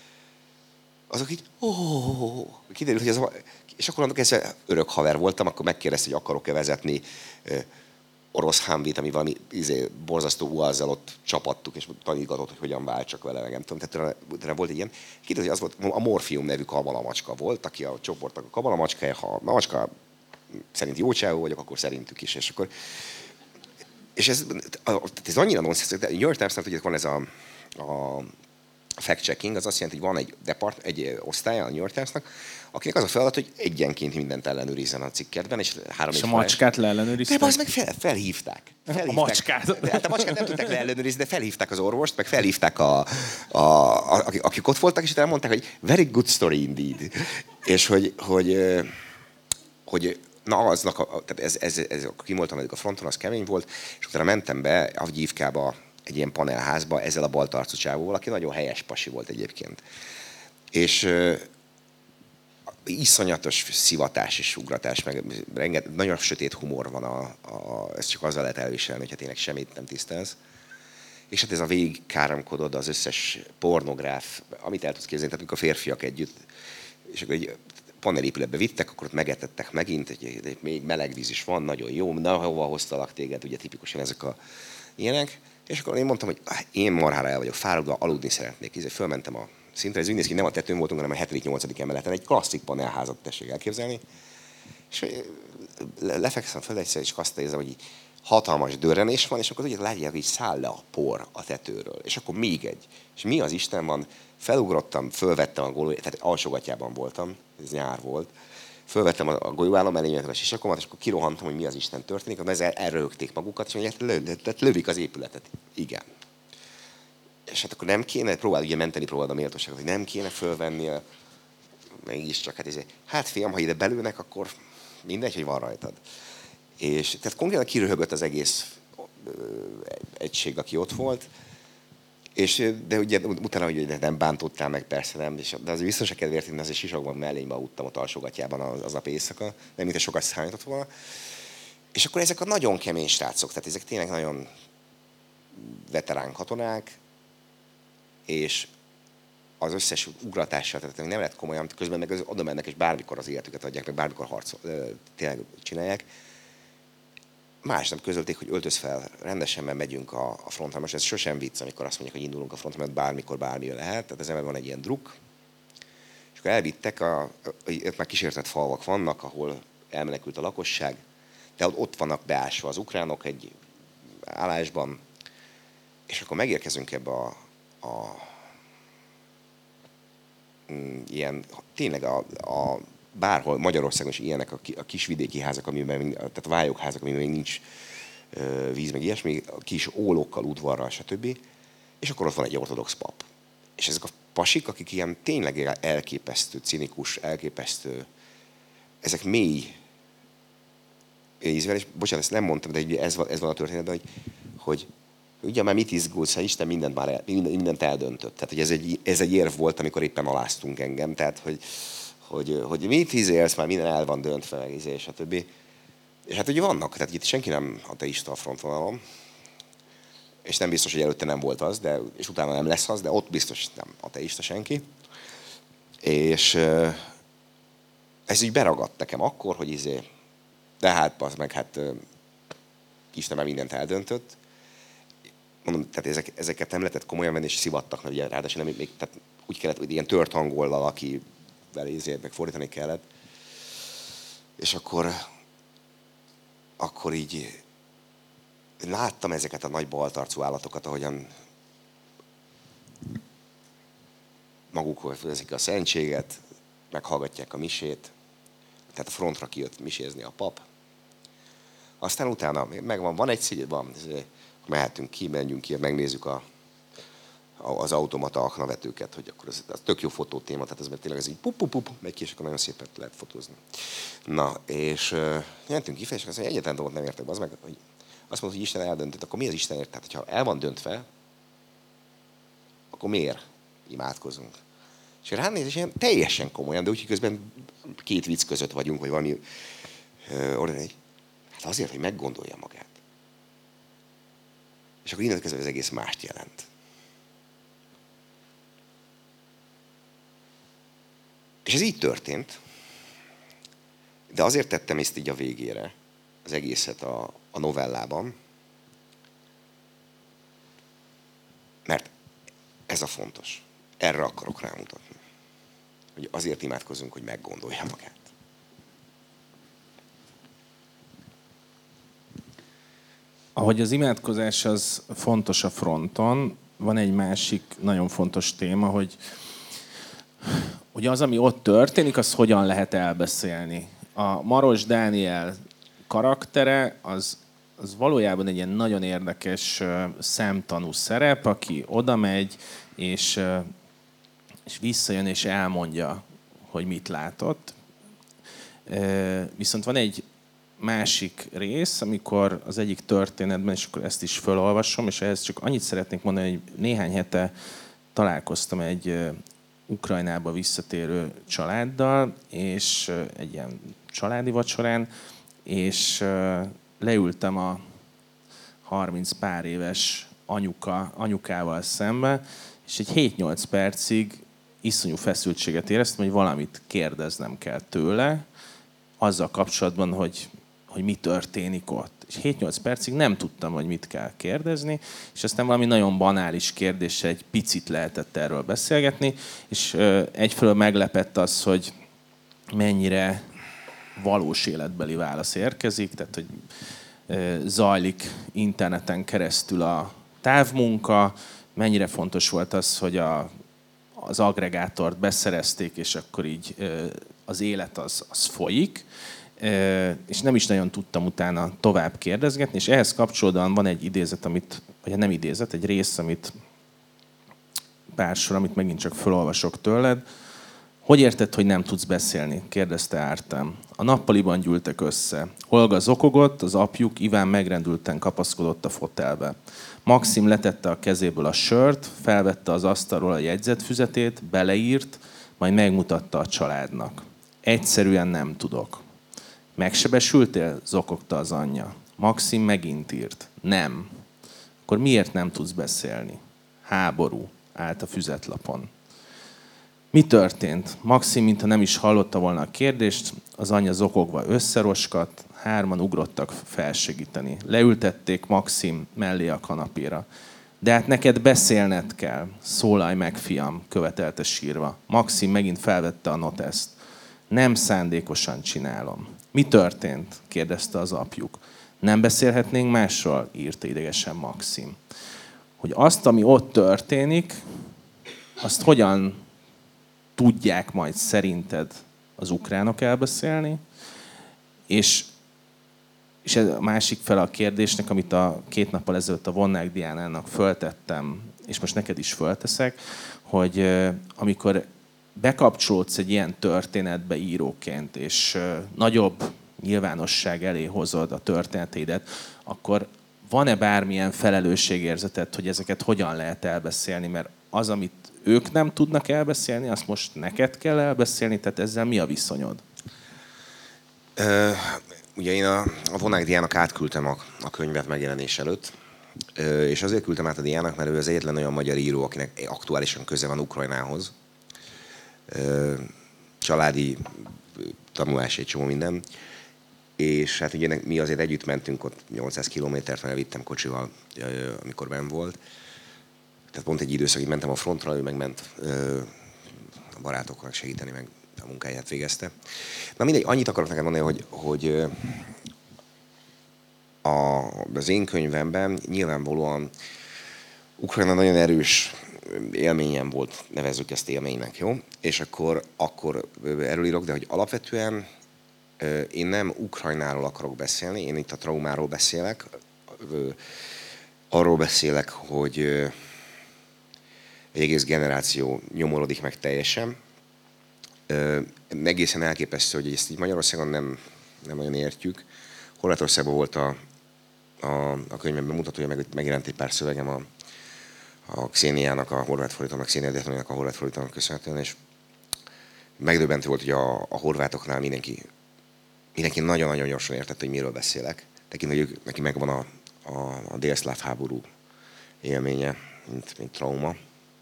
Azok így, oh, kiderült, hogy az, és akkor annak ezzel örök haver voltam, akkor megkérdezte, hogy akarok-e vezetni orosz Humvee-t, ami valami izé, borzasztó uazzal ott csapattuk, és tanítgatott, hogy hogyan váltsak vele, meg nem tudom. Tehát utána volt egy ilyen, kiderült, hogy az volt, a Morfium nevű kabalamacska volt, aki a csoportnak a kabalamacskája, ha a macska szerint jó csávó vagyok, akkor szerintük is. És, akkor, és ez, ez annyira nonsense, de a New York Times-nál ugye van ez a, a fact-checking, az azt jelenti, hogy van egy, depart, egy osztálya a New York Times-nak, akinek az a feladat, hogy egyenként mindent ellenőrizzen a cikkedben, és három és a macskát leellenőriztek? De az meg fel, felhívták. felhívták. A macskát? De, hát a macskát nem tudták leellenőrizni, de felhívták az orvost, meg felhívták, a, a, a, akik ott voltak, és utána mondták, hogy very good story indeed. És hogy, hogy, hogy na aznak, a, tehát ez, ez, ez, kim voltam eddig a fronton, az kemény volt, és utána mentem be a Gyívkába, egy ilyen panelházba ezzel a baltarcú csávóval, aki nagyon helyes pasi volt egyébként. És uh, iszonyatos szivatás és ugratás, meg renget, nagyon sötét humor van, a, a, ezt csak azzal lehet elviselni, hogyha tényleg semmit nem tisztelsz. És hát ez a végig káromkodod az összes pornográf, amit el tudsz képzelni, tehát amikor a férfiak együtt, és akkor egy panelépületbe vittek, akkor ott megetettek megint, egy, egy, még meleg víz is van, nagyon jó, na hova hoztalak téged, ugye tipikusan ezek a ilyenek. És akkor én mondtam, hogy én marhára el vagyok fáradva, aludni szeretnék. Így fölmentem a szintre, ez úgy néz ki, nem a tetőn voltunk, hanem a hetedik-nyolcadik emeleten, egy klasszik panelházat tessék elképzelni. És lefekszem föl egyszer, és azt érzem, hogy hatalmas dörrenés van, és akkor ugye látják, hogy száll le a por a tetőről. És akkor még egy. És mi az Isten van? Felugrottam, fölvettem a golyó, tehát alsógatjában voltam, ez nyár volt. Fölvettem a golyóállom elé a sisakomat, és akkor kirohantam, hogy mi az Isten történik, akkor ezzel elrögték magukat, és mondják, lövik az épületet. Igen. És hát akkor nem kéne, próbál ugye menteni próbáld a méltóságot, hogy nem kéne fölvenni a... Mégiscsak, hát, ezért, hát fiam, ha ide belülnek, akkor mindegy, hogy van rajtad. És tehát konkrétan kiröhögött az egész egység, aki ott volt, és, de ugye utána, hogy nem bántottál meg, persze nem, és, de azért biztonság kedvéért én azért sisakban mellénybe aludtam ott alsógatjában az, az nap éjszaka, nem mint sokat számított volna. És akkor ezek a nagyon kemény srácok, tehát ezek tényleg nagyon veterán katonák, és az összes ugratással, tehát nem lehet komolyan, közben meg oda mennek, és bármikor az életüket adják, meg bármikor harcol, tényleg csinálják. Másnap közölték, hogy öltöz fel rendesen, mert megyünk a, a frontra. Most ez sosem vicc, amikor azt mondják, hogy indulunk a frontra, mert bármikor bármi lehet. Tehát ezen van egy ilyen druk. És akkor elvittek, a, ott már kísértett falvak vannak, ahol elmenekült a lakosság, de ott vannak beásva az ukránok egy állásban. És akkor megérkezünk ebbe a, a ilyen, tényleg a, a bárhol Magyarországon is ilyenek a, a kisvidéki házak, amiben, tehát a vályokházak, amiben még nincs uh, víz, meg ilyesmi, a kis ólókkal, udvarral, stb. És akkor ott van egy ortodox pap. És ezek a pasik, akik ilyen tényleg elképesztő, cinikus, elképesztő, ezek mély ízvel, és bocsánat, ezt nem mondtam, de ez, ez van a történetben, hogy, hogy ugye már mit izgulsz, ha Isten mindent már el, mindent eldöntött. Tehát, hogy ez egy, ez egy érv volt, amikor éppen aláztunk engem. Tehát, hogy hogy, hogy mit izélsz, már minden el van döntve, meg izé, és a többi. És hát ugye vannak, tehát itt senki nem ateista a frontvonalon, és nem biztos, hogy előtte nem volt az, de, és utána nem lesz az, de ott biztos nem ateista senki. És ez így beragadt nekem akkor, hogy izé, de hát, az meg hát Isten már mindent eldöntött. Mondom, tehát ezek, ezeket nem lehetett komolyan venni, és szivattak, mert ugye ráadásul nem, még, tehát úgy kellett, hogy ilyen tört angollal, aki belézért, meg fordítani kellett. És akkor, akkor így láttam ezeket a nagy baltarcú állatokat, ahogyan magukhoz vezik a szentséget, meghallgatják a misét, tehát a frontra kijött misézni a pap. Aztán utána megvan, van egy sziget, van, mehetünk ki, menjünk ki, megnézzük a, az automata aknavetőket, hogy akkor ez, ez tök jó fotótéma, tehát ez mert tényleg ez így pup, pup, pup, megy ki, és akkor nagyon szépen lehet fotózni. Na, és uh, jelentünk kifele, és azt mondja, egyetlen dolgot nem értek, az meg, hogy azt mondod, hogy Isten eldöntött, akkor mi az Istenért? Tehát, hogyha el van döntve, akkor miért imádkozunk? És ránéz, és ilyen teljesen komolyan, de úgy, közben két vicc között vagyunk, vagy valami uh, ordani, hát azért, hogy meggondolja magát. És akkor innen kezdve az egész mást jelent. És ez így történt, de azért tettem ezt így a végére, az egészet a, a novellában, mert ez a fontos. Erre akarok rámutatni. Hogy azért imádkozunk, hogy meggondolja magát. Ahogy az imádkozás az fontos a fronton, van egy másik nagyon fontos téma, hogy, hogy az, ami ott történik, az hogyan lehet elbeszélni. A Maros Dániel karaktere az, az valójában egy ilyen nagyon érdekes szemtanú szerep, aki oda megy, és, és visszajön, és elmondja, hogy mit látott. Viszont van egy másik rész, amikor az egyik történetben, és akkor ezt is felolvasom, és ehhez csak annyit szeretnék mondani, hogy néhány hete találkoztam egy Ukrajnába visszatérő családdal, és egy ilyen családi vacsorán, és leültem a harminc pár éves anyuka, anyukával szembe, és egy hét-nyolc percig iszonyú feszültséget éreztem, hogy valamit kérdeznem kell tőle, azzal kapcsolatban, hogy, hogy mi történik ott. És hét-nyolc percig nem tudtam, hogy mit kell kérdezni, és aztán valami nagyon banális kérdéssel egy picit lehetett erről beszélgetni, és egyfelől meglepett az, hogy mennyire valós életbeli válasz érkezik, tehát hogy zajlik interneten keresztül a távmunka, mennyire fontos volt az, hogy a, az agregátort beszerezték, és akkor így az élet az, az folyik, és nem is nagyon tudtam utána tovább kérdezgetni, és ehhez kapcsolódóan van egy idézet, amit, vagy nem idézet, egy rész, amit pár sor, amit megint csak felolvasok tőled. Hogy érted, hogy nem tudsz beszélni? Kérdezte Ártem. A nappaliban gyűltek össze. Olga zokogott, az apjuk Iván megrendülten kapaszkodott a fotelbe. Maxim letette a kezéből a sört, felvette az asztalról a jegyzetfüzetét, beleírt, majd megmutatta a családnak. Egyszerűen nem tudok. Megsebesültél? Zokogta az anyja. Maxim megint írt. Nem. Akkor miért nem tudsz beszélni? Háború, állt a füzetlapon. Mi történt? Maxim, mintha nem is hallotta volna a kérdést, az anyja zokogva összeroskadt, hárman ugrottak felsegíteni. Leültették Maxim mellé a kanapéra. De hát neked beszélned kell. Szólalj meg, fiam, követelte sírva. Maxim megint felvette a noteszt. Nem szándékosan csinálom. Mi történt? Kérdezte az apjuk. Nem beszélhetnénk másról? Írta idegesen Maxim. Hogy azt, ami ott történik, azt hogyan tudják majd szerinted az ukránok elbeszélni, és, és ez a másik fele a kérdésnek, amit a két nappal ezelőtt a Vonnák Diánának föltettem, és most neked is fölteszek, hogy uh, amikor bekapcsolódsz egy ilyen történetbe íróként, és uh, nagyobb nyilvánosság elé hozod a történeteidet, akkor van-e bármilyen felelősségérzeted, hogy ezeket hogyan lehet elbeszélni, mert az, amit ők nem tudnak elbeszélni, azt most neked kell elbeszélni, tehát ezzel mi a viszonyod? Uh, ugye én a, a Vonnák Diának átküldtem a, a könyvet megjelenés előtt, uh, és azért küldtem át a Diának, mert ő az egyetlen olyan magyar író, akinek aktuálisan köze van Ukrajnához. Uh, családi tanulás, egy csomó minden. És hát ugye mi azért együtt mentünk ott nyolcszáz kilométert, mert elvittem kocsival, uh, amikor benn volt. Tehát pont egy időszakig mentem a frontra, ő meg ment ö, a barátoknak segíteni, meg a munkáját végezte. Na mindegy, annyit akarok neked mondani, hogy, hogy a, az én könyvemben nyilvánvalóan Ukrajna nagyon erős élményem volt, nevezzük ezt élménynek, jó? És akkor, akkor erről írok, de hogy alapvetően én nem Ukrajnáról akarok beszélni, én itt a traumáról beszélek. Arról beszélek, hogy egy egész generáció nyomorodik meg teljesen. Egészen elképesztő, hogy ezt így Magyarországon nem, nem nagyon értjük. Horvátországban volt a, a, a könyvemben mutatója, meg megjelent egy pár szövegem a, a Xéniának, a horvát fordítónak, Xénia Diatoninak a horvát fordítónak köszönhetően, és megdöbbentő volt, hogy a, a horvátoknál mindenki, mindenki nagyon-nagyon gyorsan értette, hogy miről beszélek. Tekintve, hogy neki megvan a, a, a délszláv háború élménye, mint, mint trauma.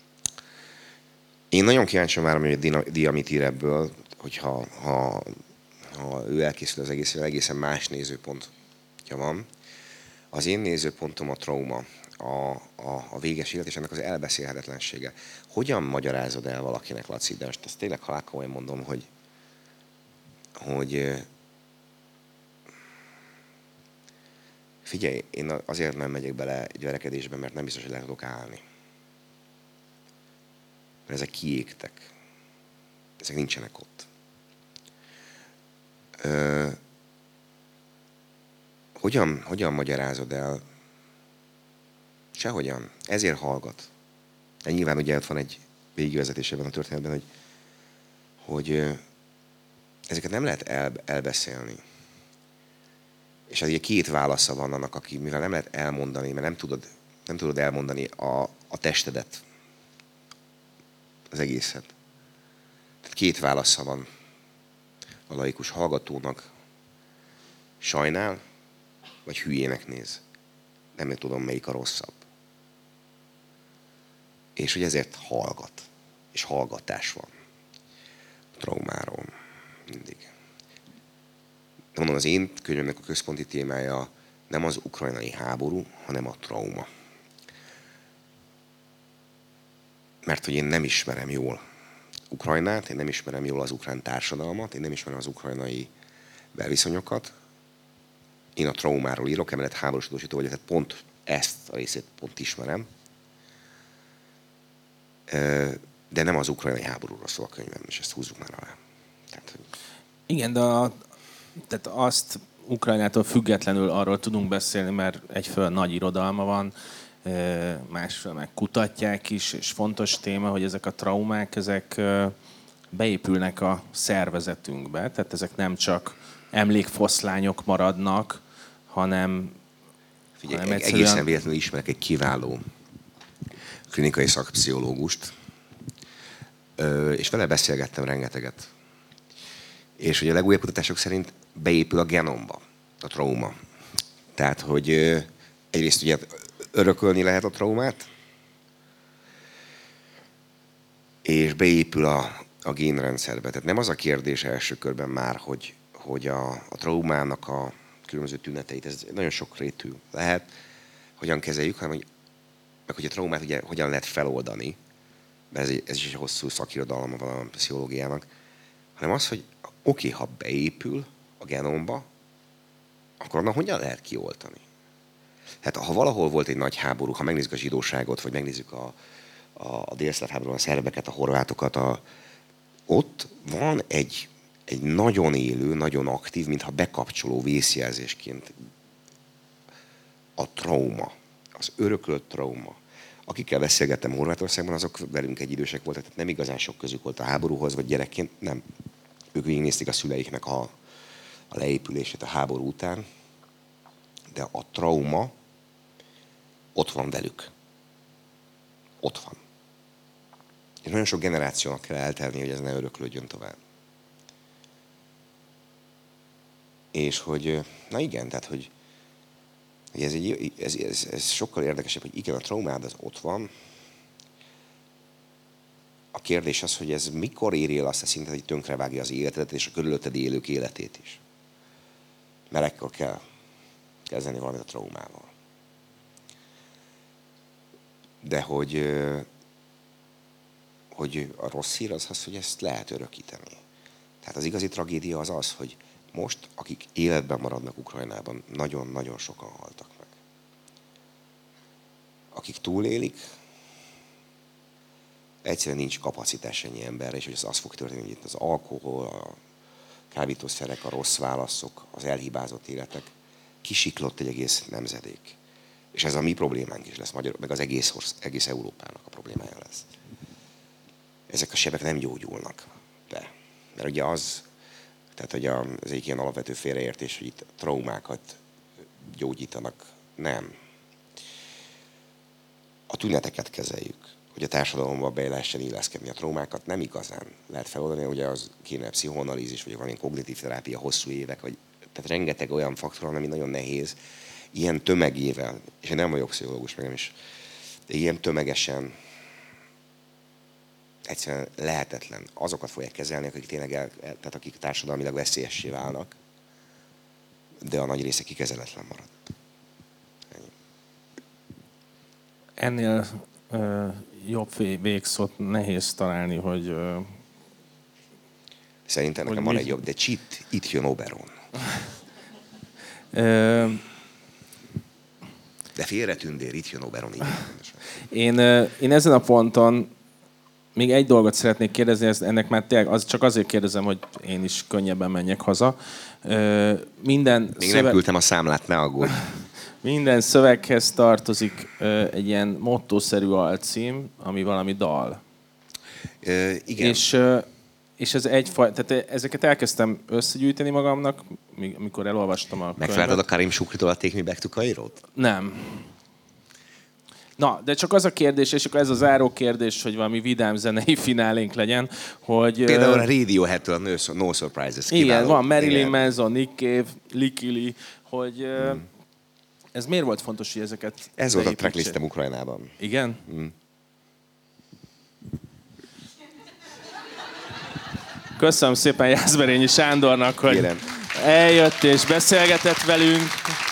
Én nagyon kíváncsi várom, hogy a Diamit ír ebből, hogyha ha, ha ő elkészül az egészről, egészen más nézőpontja van. Az én nézőpontom a trauma, a, a, a véges élet és ennek az elbeszélhetetlensége. Hogyan magyarázod el valakinek, Laci, de most ezt tényleg halálkomolyan mondom, hogy, hogy figyelj, én azért nem megyek bele egy verekedésbe, mert nem biztos, hogy le tudok állni. Mert ezek kiégtek. Ezek nincsenek ott. Ö, hogyan, hogyan magyarázod el? Sehogyan. Ezért hallgat. De nyilván ugye ott van egy végigvezetés ebben a történetben, hogy, hogy ezeket nem lehet el, elbeszélni. És az ugye két válasza van annak, aki, mivel nem lehet elmondani, mert nem tudod, nem tudod elmondani a, a testedet, az egészet. Tehát két válasza van a laikus hallgatónak. Sajnál, vagy hülyének néz. Nem tudom, melyik a rosszabb. És hogy ezért hallgat. És hallgatás van. A traumáról. Mindig. De mondom, az én könyvemnek a központi témája nem az ukrajnai háború, hanem a trauma. Mert hogy én nem ismerem jól Ukrajnát, én nem ismerem jól az ukrán társadalmat, én nem ismerem az ukrajnai belviszonyokat. Én a traumáról írok, emellett háborús tudósító vagyok, tehát pont ezt a részét pont ismerem. De nem az ukrajnai háborúról szól a könyvem, és ezt húzzuk már alá. Tehát, hogy... Igen, de a, tehát azt Ukrajnától függetlenül arról tudunk beszélni, mert egyföl nagy irodalma van, másfél meg kutatják is, és fontos téma, hogy ezek a traumák, ezek beépülnek a szervezetünkbe, tehát ezek nem csak emlékfoszlányok maradnak, hanem, Figyelj, hanem egyszerűen... egészen véletlenül ismerek egy kiváló klinikai szakpszichológust, és vele beszélgettem rengeteget. És ugye a legújabb kutatások szerint beépül a genomba a trauma. Tehát, hogy egyrészt ugye örökölni lehet a traumát, és beépül a, a génrendszerbe. Tehát nem az a kérdés első körben már, hogy, hogy a, a traumának a különböző tüneteit, ez nagyon sok rétű lehet, hogyan kezeljük, hanem hogy, meg hogy a traumát ugye hogyan lehet feloldani, mert ez, ez is egy hosszú szakirodalma van a pszichológiának, hanem az, hogy oké, okay, ha beépül a genomba, akkor annak hogyan lehet kioltani? Hát ha valahol volt egy nagy háború, ha megnézzük a zsidóságot, vagy megnézzük a, a, a délszláv háborúban a szerbeket, a horvátokat, a, ott van egy, egy nagyon élő, nagyon aktív, mintha bekapcsoló vészjelzésként a trauma, az örökölt trauma. Akikkel beszélgettem Horvátországban, azok velünk egy idősek voltak, tehát nem igazán sok közük volt a háborúhoz, vagy gyerekként, nem. Ők végignézték a szüleiknek a, a leépülését a háború után, de a trauma ott van velük. Ott van. És nagyon sok generációnak kell eltelni, hogy ez ne öröklődjön tovább. És hogy, na igen, tehát, hogy, hogy ez, egy, ez, ez, ez sokkal érdekesebb, hogy igen, a traumád az ott van. A kérdés az, hogy ez mikor éri el azt a szintet, hogy tönkrevágja az életedet és a körülötted élők életét is. Mert ekkor kell kezdeni valamit a traumával. De hogy, hogy a rossz hír az az, hogy ezt lehet örökíteni. Tehát az igazi tragédia az az, hogy most, akik életben maradnak Ukrajnában, nagyon-nagyon sokan haltak meg. Akik túlélik, egyszerűen nincs kapacitás ennyi emberre, és hogy az, az fog történni, hogy itt az alkohol, a kábítószerek, a rossz válaszok, az elhibázott életek, kisiklott egy egész nemzedék. És ez a mi problémánk is lesz, Magyar, meg az egész, orsz, egész Európának a problémája lesz. Ezek a sebek nem gyógyulnak be. Mert ugye az, tehát hogy az egyik ilyen alapvető félreértés, hogy itt traumákat gyógyítanak. Nem. A tüneteket kezeljük, hogy a társadalomba be lehessen illeszkedni. A traumákat nem igazán lehet feloldani, ugye az kéne pszichoanalízis, vagy valamilyen kognitív terápia hosszú évek, vagy, tehát rengeteg olyan faktor van, ami nagyon nehéz. Ilyen tömegével, és én nem vagyok pszichológus, meg nem is, de ilyen tömegesen egyszerűen lehetetlen. Azokat fogják kezelni, akik tényleg el, tehát akik társadalmilag veszélyessé válnak, de a nagy része kikezeletlen marad. Ennyi. Ennél ö, jobb végszót nehéz találni, hogy... Ö, Szerintem nekem van egy jobb, de csit, itt jön Oberon. Ö, De félre tündér, itt jön Oberon. én, én ezen a ponton még egy dolgot szeretnék kérdezni, ez, ennek már tényleg, az csak azért kérdezem, hogy én is könnyebben menjek haza. Ö, minden még szöveg... nem küldtem a számlát, ne aggódj. Minden szöveghez tartozik ö, egy ilyen mottószerű alcím, ami valami dal. Ö, igen. És, ö, és ez egyfajta, tehát ezeket elkezdtem összegyűjteni magamnak, amikor elolvastam a könyvet. Megfelelted a Karim Shukritól a Take Me Back to Cairo-t? Nem. Na, de csak az a kérdés, és akkor ez a záró kérdés, hogy valami vidám zenei finálénk legyen, hogy... Például a Radiohead-től a No, no Surprises igen, kiváló. van Marilyn Igen. Manson, Nick Cave, Likili, hogy hmm. ez miért volt fontos, hogy ezeket Ez volt a beépítsék? tracklistem Ukrajnában. Igen? Hmm. Köszönöm szépen Jászberényi Sándornak, hogy Kérem. eljött és beszélgetett velünk.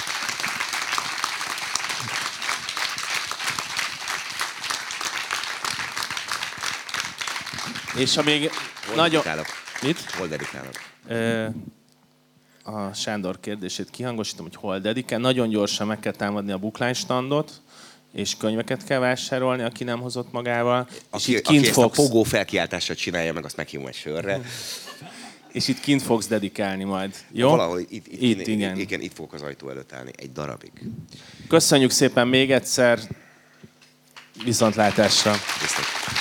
És ha még Hol nagyon... dedikálok? Mit? Hol dedikálok? Ö, a Sándor kérdését kihangosítom, hogy hol dedikál. Nagyon gyorsan meg kell támadni a Bookline standot, és könyveket kell vásárolni, aki nem hozott magával. Aki, és itt kint aki fogsz, ezt a pogó felkiáltásra csinálja, meg azt meghívom egy sörre. és itt kint fogsz dedikálni majd. Jó? Valahol itt, itt, Itt, itt, igen. igen, itt fogok az ajtó előtt állni. Egy darabig. Köszönjük szépen még egyszer. Viszontlátásra. Viszont.